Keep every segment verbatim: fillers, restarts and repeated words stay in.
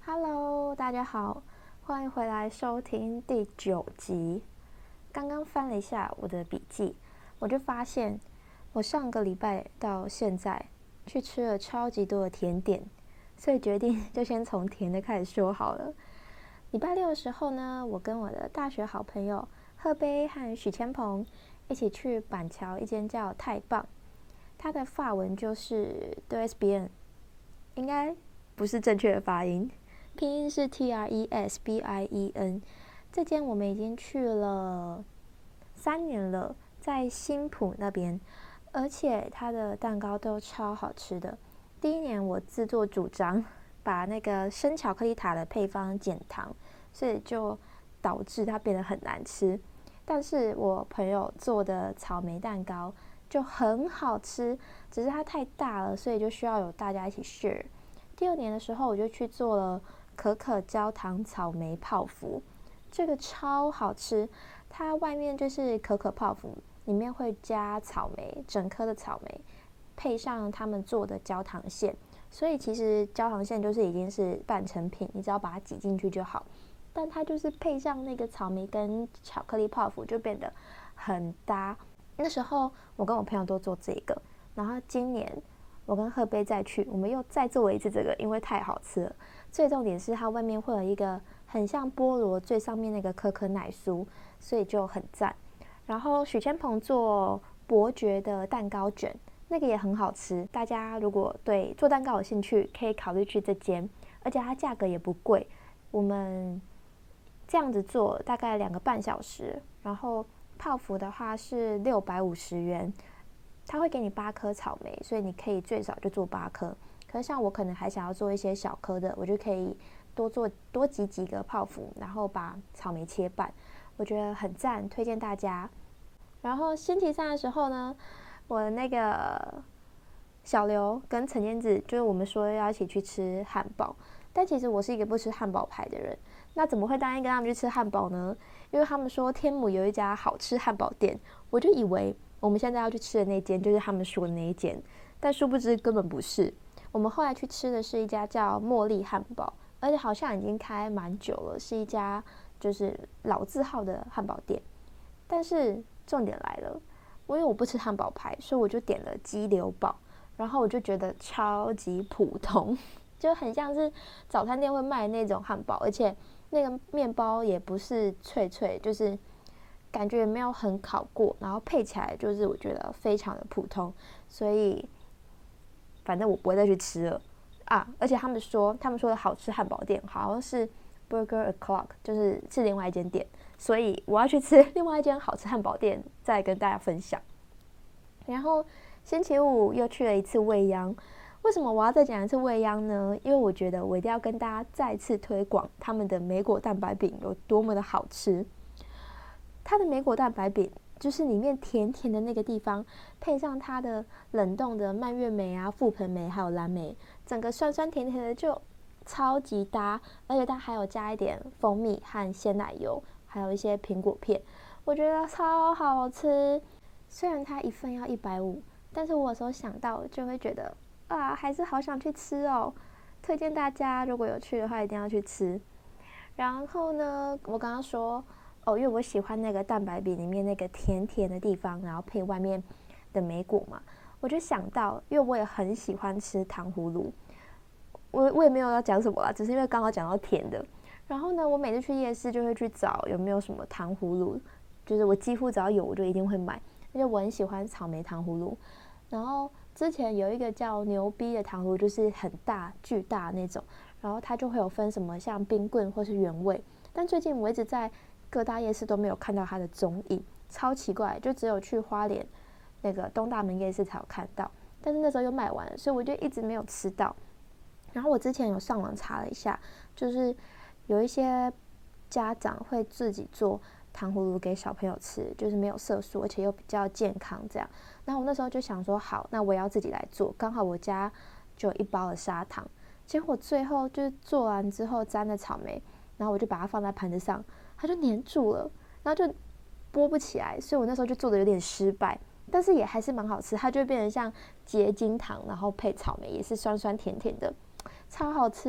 Hello，大家好，欢迎回来收听第九集。刚刚翻了一下我的笔记，我就发现我上个礼拜到现在去吃了超级多的甜点，所以决定就先从甜的开始说好了。礼拜六的时候呢，我跟我的大学好朋友贺杯和许千鹏一起去板桥一间叫太棒，它的法文就是 deux S B N， 应该不是正确的发音。拼音是 T R E S B I E N， 这间我们已经去了三年了，在新埔那边，而且它的蛋糕都超好吃的。第一年我自作主张把那个生巧克力塔的配方减糖，所以就导致它变得很难吃。但是我朋友做的草莓蛋糕就很好吃，只是它太大了，所以就需要有大家一起 share。第二年的时候，我就去做了可可焦糖草莓泡芙，这个超好吃。它外面就是可可泡芙，里面会加草莓，整颗的草莓，配上他们做的焦糖馅。所以其实焦糖馅就是已经是半成品，你只要把它挤进去就好。但它就是配上那个草莓跟巧克力泡芙，就变得很搭。那时候我跟我朋友都做这个，然后今年我跟贺杯再去，我们又再做一次这个，因为太好吃了。最重点是它外面会有一个很像菠萝最上面那个可可奶酥，所以就很赞。然后许千鹏做伯爵的蛋糕卷，那个也很好吃。大家如果对做蛋糕有兴趣，可以考虑去这间，而且它价格也不贵。我们这样子做大概两个半小时，然后泡芙的话是六百五十元。它会给你八颗草莓，所以你可以最少就做八颗。可是像我可能还想要做一些小颗的，我就可以多做多挤几个泡芙，然后把草莓切半，我觉得很赞，推荐大家。然后星期三的时候呢，我的那个小刘跟陈燕子，就是我们说要一起去吃汉堡，但其实我是一个不吃汉堡排的人，那怎么会答应跟他们去吃汉堡呢？因为他们说天母有一家好吃汉堡店，我就以为我们现在要去吃的那间就是他们说的那一间，但殊不知根本不是。我们后来去吃的是一家叫茉莉汉堡，而且好像已经开蛮久了，是一家就是老字号的汉堡店。但是重点来了，因为我不吃汉堡排，所以我就点了鸡柳堡，然后我就觉得超级普通，就很像是早餐店会卖的那种汉堡，而且那个面包也不是脆脆，就是感觉也没有很烤过，然后配起来就是我觉得非常的普通，所以反正我不会再去吃了啊。而且他们说他们说的好吃汉堡店好像是 Burger O'clock， 就是是另外一间店，所以我要去吃另外一间好吃汉堡店再跟大家分享。然后星期五又去了一次未央。为什么我要再讲一次未央呢？因为我觉得我一定要跟大家再次推广他们的莓果蛋白饼有多么的好吃。它的莓果蛋白饼就是里面甜甜的那个地方，配上它的冷冻的蔓越莓啊、覆盆莓还有蓝莓，整个酸酸甜甜的就超级搭。而且它还有加一点蜂蜜和鲜奶油，还有一些苹果片，我觉得超好吃。虽然它一份要一百五，但是我有时候想到就会觉得啊，还是好想去吃哦。推荐大家如果有去的话，一定要去吃。然后呢，我刚刚说哦，因为我喜欢那个蛋白饼里面那个甜甜的地方，然后配外面的莓果嘛，我就想到，因为我也很喜欢吃糖葫芦，我我也没有要讲什么啦，只是因为刚好讲到甜的。然后呢，我每次去夜市就会去找有没有什么糖葫芦，就是我几乎只要有我就一定会买，因为我很喜欢草莓糖葫芦。然后之前有一个叫牛逼的糖葫芦，就是很大巨大那种，然后它就会有分什么像冰棍或是原味，但最近我一直在各大夜市都没有看到它的踪影，超奇怪，就只有去花莲那个东大门夜市才有看到，但是那时候又卖完了，所以我就一直没有吃到。然后我之前有上网查了一下，就是有一些家长会自己做糖葫芦给小朋友吃，就是没有色素，而且又比较健康这样。然后我那时候就想说，好，那我也要自己来做。刚好我家就有一包的砂糖，结果最后就是做完之后沾了草莓，然后我就把它放在盘子上，它就粘住了，然后就剥不起来，所以我那时候就做的有点失败，但是也还是蛮好吃，它就会变成像结晶糖，然后配草莓，也是酸酸甜甜的，超好吃。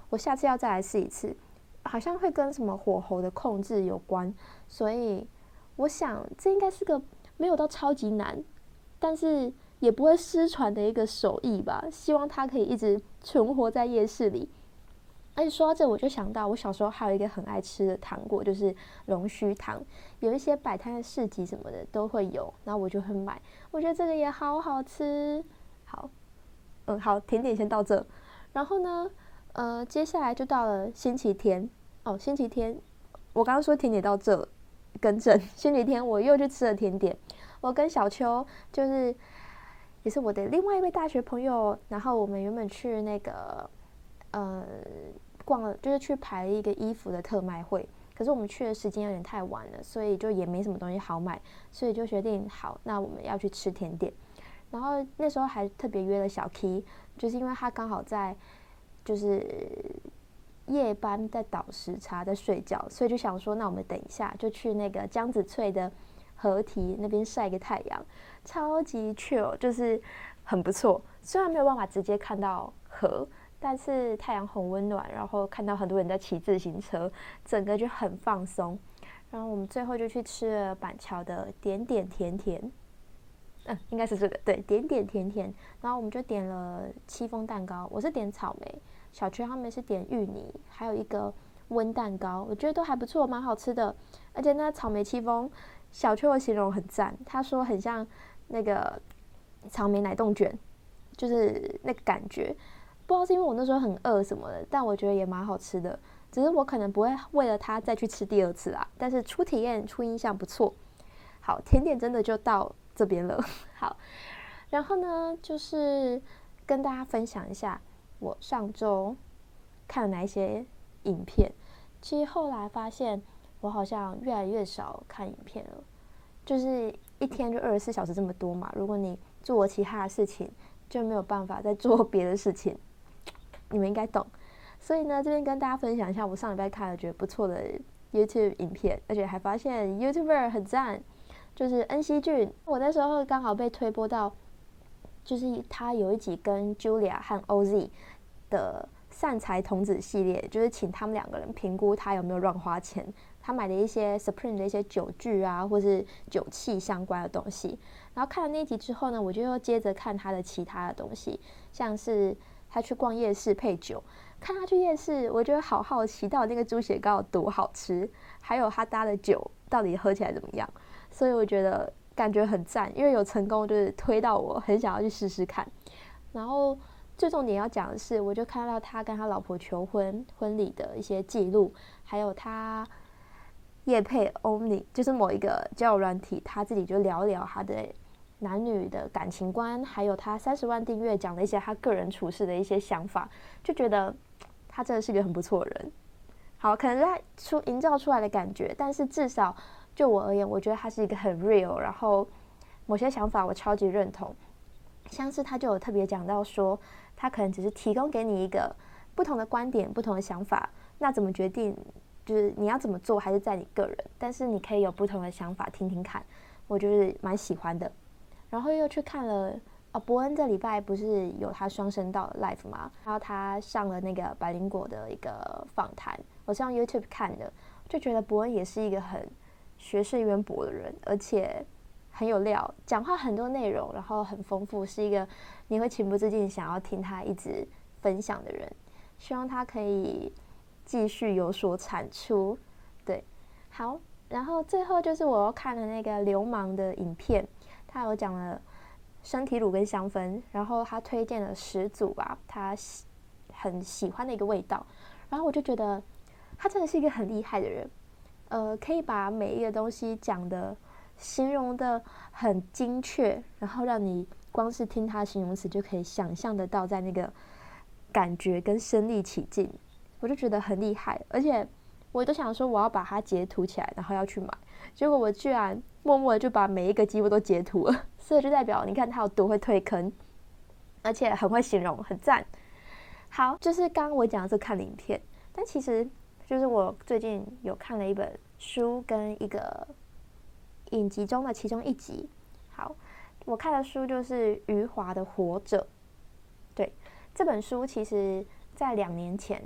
我下次要再来试一次，好像会跟什么火候的控制有关，所以我想这应该是个没有到超级难，但是也不会失传的一个手艺吧。希望它可以一直存活在夜市里。而且说到这，我就想到我小时候还有一个很爱吃的糖果，就是龙须糖，有一些摆摊的市集什么的都会有，然后我就会买。我觉得这个也好好吃。好，嗯，好，甜点先到这。然后呢，呃，接下来就到了星期天哦。星期天，我刚刚说甜点到这，更正，星期天我又去吃了甜点。我跟小秋就是也是我的另外一位大学朋友，然后我们原本去那个呃逛了，就是去排了一个衣服的特卖会。可是我们去的时间有点太晚了，所以就也没什么东西好买，所以就决定好，那我们要去吃甜点。然后那时候还特别约了小 K， 就是因为他刚好在就是夜班在倒时差在睡觉，所以就想说那我们等一下就去那个江子翠的河堤那边晒个太阳，超级 chill， 就是很不错。虽然没有办法直接看到河，但是太阳很温暖，然后看到很多人在骑自行车，整个就很放松。然后我们最后就去吃了板桥的点点甜甜，嗯，应该是这个，对，点点甜甜。然后我们就点了戚风蛋糕，我是点草莓，小圈他们是点芋泥，还有一个温蛋糕，我觉得都还不错，蛮好吃的。而且那草莓戚风，小圈的形容很赞，他说很像那个草莓奶冻卷，就是那个感觉。不知道是因为我那时候很饿什么的，但我觉得也蛮好吃的。只是我可能不会为了它再去吃第二次啦，但是初体验、初印象不错。好，甜点真的就到这边了。好，然后呢，就是跟大家分享一下我上周看了哪一些影片。其实后来发现，我好像越来越少看影片了。就是一天就二十四小时这么多嘛，如果你做其他的事情，就没有办法再做别的事情。你们应该懂。所以呢，这边跟大家分享一下我上礼拜看了觉得不错的 YouTube 影片，而且还发现 YouTuber 很赞，就是恩熙俊。我那时候刚好被推播到，就是他有一集跟 Julia 和 O Z 的善财童子系列，就是请他们两个人评估他有没有乱花钱，他买的一些 Supreme 的一些酒具啊，或是酒器相关的东西。然后看了那一集之后呢，我就又接着看他的其他的东西，像是他去逛夜市配酒。看他去夜市，我觉得好好奇，到底那个猪血糕有多好吃，还有他搭的酒到底喝起来怎么样。所以我觉得感觉很赞，因为有成功就是推到我很想要去试试看。然后最重点要讲的是，我就看到他跟他老婆求婚婚礼的一些记录，还有他业配 Only， 就是某一个交友软体，他自己就聊聊他的男女的感情观，还有他三十万订阅讲了一些他个人处事的一些想法，就觉得他真的是一个很不错的人。好，可能是他出营造出来的感觉，但是至少就我而言，我觉得他是一个很 real， 然后某些想法我超级认同。像是他就有特别讲到说，他可能只是提供给你一个不同的观点、不同的想法，那怎么决定，就是你要怎么做还是在你个人，但是你可以有不同的想法听听看，我就是蛮喜欢的。然后又去看了啊，伯恩这礼拜不是有他双声道的 live 吗？然后他上了那个百灵果的一个访谈，我是用 YouTube 看的，就觉得伯恩也是一个很学识渊博的人，而且很有料，讲话很多内容，然后很丰富，是一个你会情不自禁想要听他一直分享的人。希望他可以继续有所产出。对，好，然后最后就是我又看了那个流氓的影片。他有讲了身体乳跟香氛，然后他推荐了十组吧，他很喜欢的一个味道，然后我就觉得他真的是一个很厉害的人，呃，可以把每一个东西讲的、形容的很精确，然后让你光是听他形容词就可以想象得到在那个感觉跟身临其境，我就觉得很厉害，而且我都想说我要把它截图起来，然后要去买，结果我居然默默的就把每一个几乎都截图了，所以就代表你看他有多会推坑，而且很会形容，很赞。好，就是刚刚我讲的是看影片，但其实就是我最近有看了一本书跟一个影集中的其中一集。好，我看的书就是余华的《活着》。对，这本书其实在两年前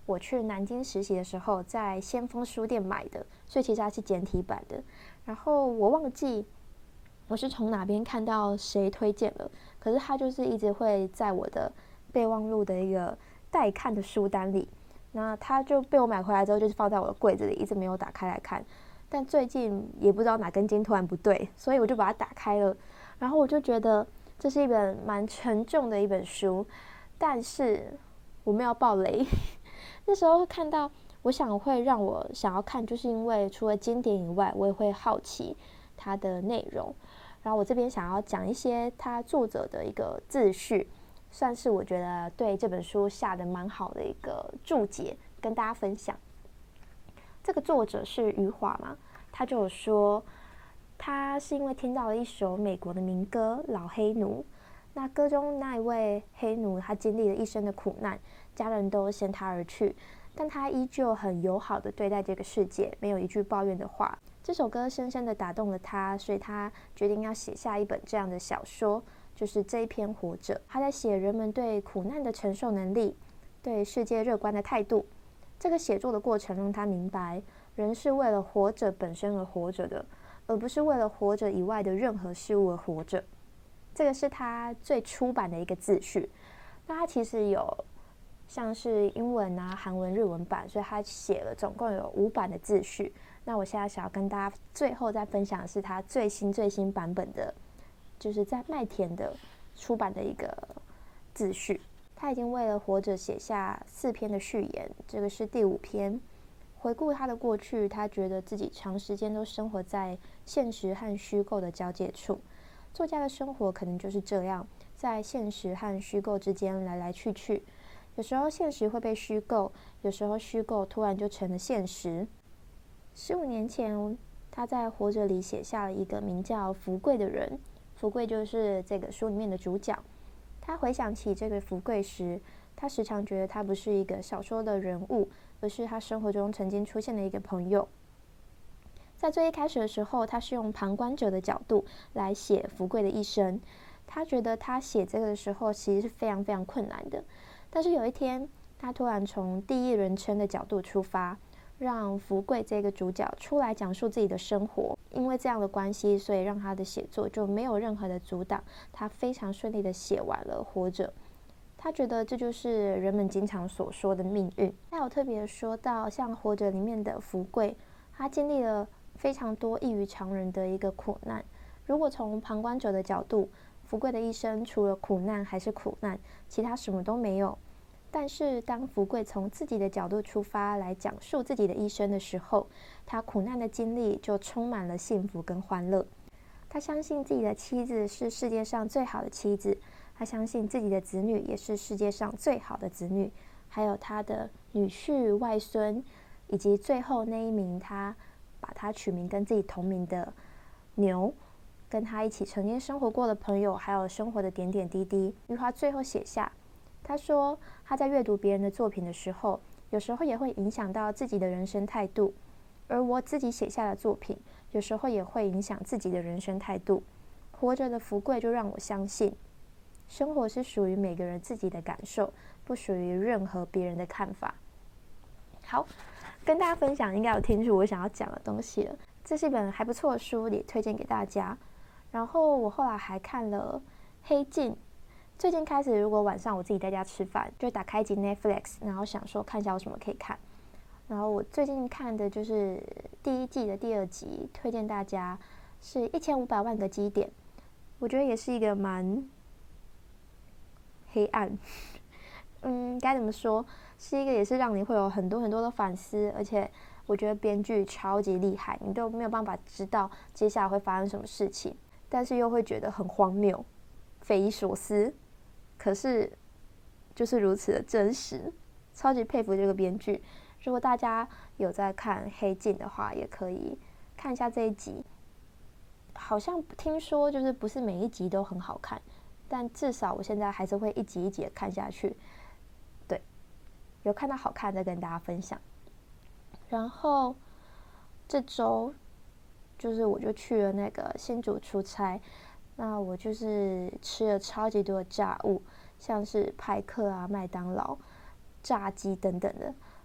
我去南京实习的时候在先锋书店买的，所以其实它是简体版的。然后我忘记我是从哪边看到谁推荐了，可是它就是一直会在我的备忘录的一个待看的书单里。那它就被我买回来之后，就是放在我的柜子里，一直没有打开来看。但最近也不知道哪根筋突然不对，所以我就把它打开了。然后我就觉得这是一本蛮沉重的一本书，但是我没有爆雷。那时候看到，我想会让我想要看，就是因为除了经典以外，我也会好奇它的内容。然后我这边想要讲一些他作者的一个自序，算是我觉得对这本书下的蛮好的一个注解，跟大家分享。这个作者是余华嘛，他就有说，他是因为听到了一首美国的民歌《老黑奴》，那歌中那一位黑奴，他经历了一生的苦难，家人都先他而去，但他依旧很友好的对待这个世界，没有一句抱怨的话。这首歌深深的打动了他，所以他决定要写下一本这样的小说，就是这一篇《活着》。他在写人们对苦难的承受能力，对世界乐观的态度。这个写作的过程让他明白，人是为了活着本身而活着的，而不是为了活着以外的任何事物而活着。这个是他最初版的一个自序。那他其实有像是英文啊、韩文、日文版，所以他写了总共有五版的自序。那我现在想要跟大家最后再分享的是他最新最新版本的，就是在麦田的出版的一个自序。他已经为了活着写下四篇的序言，这个是第五篇。回顾他的过去，他觉得自己长时间都生活在现实和虚构的交界处。作家的生活可能就是这样，在现实和虚构之间来来去去。有时候现实会被虚构，有时候虚构突然就成了现实。十五年前，他在《活着》里写下了一个名叫福贵的人，福贵就是这个书里面的主角。他回想起这个福贵时，他时常觉得他不是一个小说的人物，而是他生活中曾经出现的一个朋友。在最一开始的时候，他是用旁观者的角度来写福贵的一生。他觉得他写这个的时候其实是非常非常困难的，但是有一天，他突然从第一人称的角度出发，让福贵这个主角出来讲述自己的生活。因为这样的关系，所以让他的写作就没有任何的阻挡，他非常顺利的写完了《活着》。他觉得这就是人们经常所说的命运。他有特别说到，像《活着》里面的福贵，他经历了非常多异于常人的一个苦难。如果从旁观者的角度，福贵的一生除了苦难还是苦难，其他什么都没有。但是当福贵从自己的角度出发来讲述自己的一生的时候，他苦难的经历就充满了幸福跟欢乐。他相信自己的妻子是世界上最好的妻子，他相信自己的子女也是世界上最好的子女，还有他的女婿、外孙，以及最后那一名他把他取名跟自己同名的牛，跟他一起曾经生活过的朋友，还有生活的点点滴滴。余华最后写下，他说他在阅读别人的作品的时候，有时候也会影响到自己的人生态度，而我自己写下的作品，有时候也会影响自己的人生态度。活着的福贵就让我相信，生活是属于每个人自己的感受，不属于任何别人的看法。好，跟大家分享，应该有听出我想要讲的东西了。这是一本还不错的书，也推荐给大家。然后我后来还看了《黑镜》。最近开始，如果晚上我自己在家吃饭，就打开一集 Netflix， 然后想说看一下有什么可以看。然后我最近看的就是第一季的第二集，推荐大家是一千五百万个基点。我觉得也是一个蛮黑暗，嗯，该怎么说？是一个也是让你会有很多很多的反思，而且我觉得编剧超级厉害，你都没有办法知道接下来会发生什么事情，但是又会觉得很荒谬、匪夷所思，可是就是如此的真实，超级佩服这个编剧。如果大家有在看《黑镜》的话，也可以看一下这一集。好像听说就是不是每一集都很好看，但至少我现在还是会一集一集的看下去。对，有看到好看再跟大家分享。然后这周就是我就去了那个新竹出差，那我就是吃了超级多的炸物，像是派克啊、麦当劳、炸鸡等等的。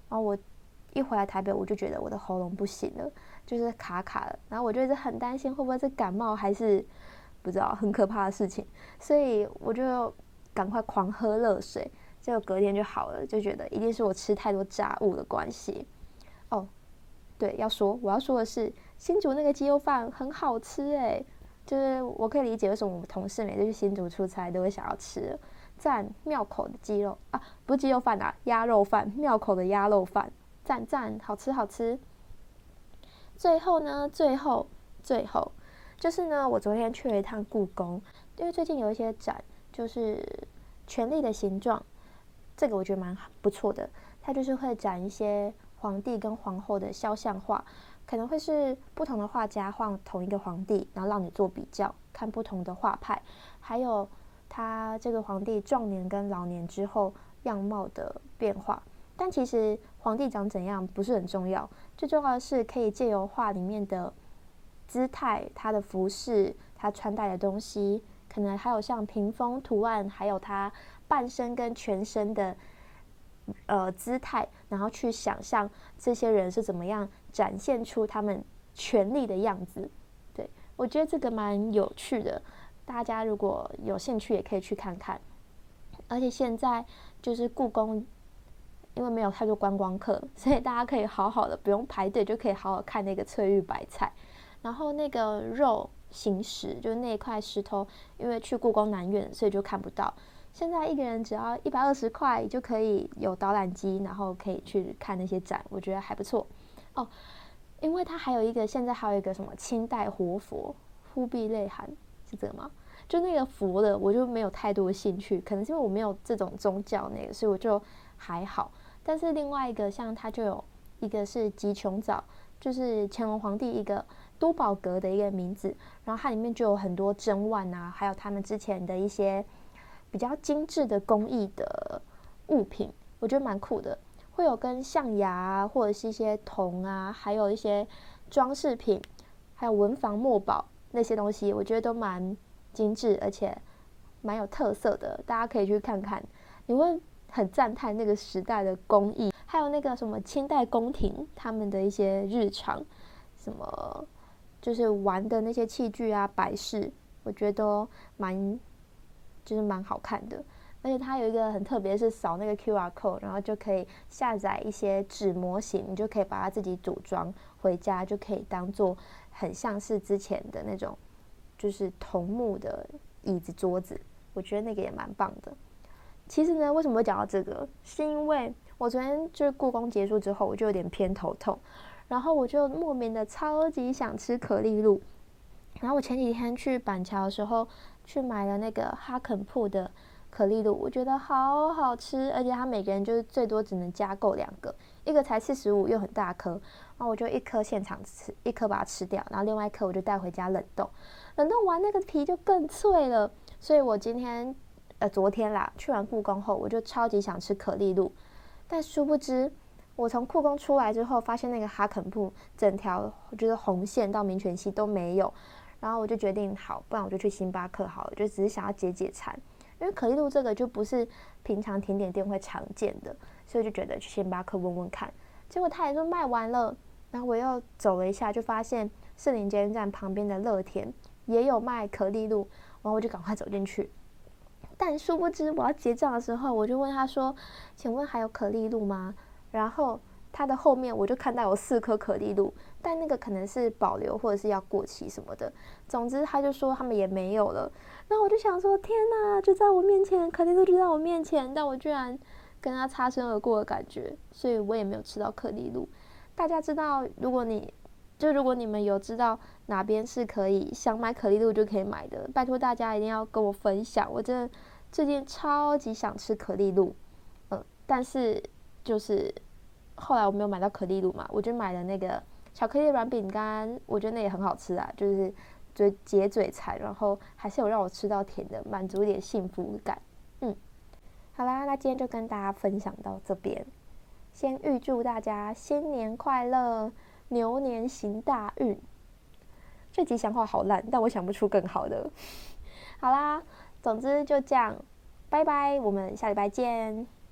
然后我一回来台北，我就觉得我的喉咙不行了，就是卡卡的，然后我就一直很担心会不会是感冒还是不知道很可怕的事情，所以我就赶快狂喝热水，结果隔天就好了，就觉得一定是我吃太多炸物的关系。哦，对，要说我要说的是，新竹那个鸡肉饭很好吃哎，就是我可以理解为什么我们同事每次去新竹出差都会想要吃。赞庙口的鸡肉啊，不是鸡肉饭啊，鸭肉饭，庙口的鸭肉饭，赞赞，好吃好吃。最后呢，最后最后就是呢，我昨天去了一趟故宫，因为最近有一些展，就是权力的形状，这个我觉得蛮不错的。它就是会展一些皇帝跟皇后的肖像画，可能会是不同的画家画同一个皇帝，然后让你做比较，看不同的画派，还有他这个皇帝壮年跟老年之后样貌的变化。但其实皇帝长怎样不是很重要，最重要的是可以借由画里面的姿态、他的服饰、他穿戴的东西，可能还有像屏风图案，还有他半身跟全身的呃姿态，然后去想象这些人是怎么样展现出他们权力的样子。对，我觉得这个蛮有趣的，大家如果有兴趣也可以去看看。而且现在就是故宫，因为没有太多观光客，所以大家可以好好的不用排队就可以好好看那个翠玉白菜。然后那个肉形石，就是那一块石头，因为去故宫南院，所以就看不到。现在一个人只要一百二十块就可以有导览机，然后可以去看那些展，我觉得还不错哦。因为它还有一个，现在还有一个什么清代活佛忽必烈汗，是这个吗？就那个佛的，我就没有太多的兴趣，可能是因为我没有这种宗教那个，所以我就还好。但是另外一个像它就有一个是吉琼藻，就是乾隆皇帝一个多宝阁的一个名字，然后它里面就有很多珍玩啊，还有他们之前的一些比较精致的工艺的物品，我觉得蛮酷的。会有跟象牙啊，或者是一些铜啊，还有一些装饰品，还有文房墨宝那些东西，我觉得都蛮精致，而且蛮有特色的，大家可以去看看。你会很赞叹那个时代的工艺，还有那个什么清代宫廷他们的一些日常，什么就是玩的那些器具啊、摆饰，我觉得都蛮就是蛮好看的。而且它有一个很特别，是扫那个 Q R code， 然后就可以下载一些纸模型，你就可以把它自己组装回家，就可以当做很像是之前的那种就是桐木的椅子桌子，我觉得那个也蛮棒的。其实呢，为什么会讲到这个，是因为我昨天就是故宫结束之后，我就有点偏头痛，然后我就莫名的超级想吃可丽露。然后我前几天去板桥的时候，去买了那个哈肯铺的可丽露，我觉得好好吃，而且它每个人就是最多只能加购两个，一个才四十五，又很大颗，然后我就一颗现场吃，一颗把它吃掉，然后另外一颗我就带回家冷冻，冷冻完那个皮就更脆了，所以我今天呃昨天啦去完故宫后，我就超级想吃可丽露，但殊不知我从故宫出来之后，发现那个哈肯铺整条就是红线到民权西都没有，然后我就决定好，不然我就去星巴克好了，就只是想要解解馋。因为可丽露这个就不是平常甜点店会常见的，所以就觉得去星巴克问问看。结果他也说卖完了，然后我又走了一下，就发现士林捷运站旁边的乐甜也有卖可丽露，然后我就赶快走进去。但殊不知我要结账的时候，我就问他说：“请问还有可丽露吗？”然后他的后面我就看到有四颗可丽露，但那个可能是保留或者是要过期什么的。总之他就说他们也没有了。然后我就想说，天哪，就在我面前，可丽露就在我面前，但我居然跟他擦身而过的感觉，所以我也没有吃到可丽露。大家知道，如果你就如果你们有知道哪边是可以想买可丽露就可以买的，拜托大家一定要跟我分享。我真的最近超级想吃可丽露，嗯，但是就是后来我没有买到可丽露嘛，我就买了那个巧克力软饼干，我觉得那也很好吃啊，就是嘴解嘴馋，然后还是有让我吃到甜的，满足一点幸福感。嗯，好啦，那今天就跟大家分享到这边，先预祝大家新年快乐，牛年行大运。这吉祥话好烂，但我想不出更好的。好啦，总之就这样，拜拜，我们下礼拜见。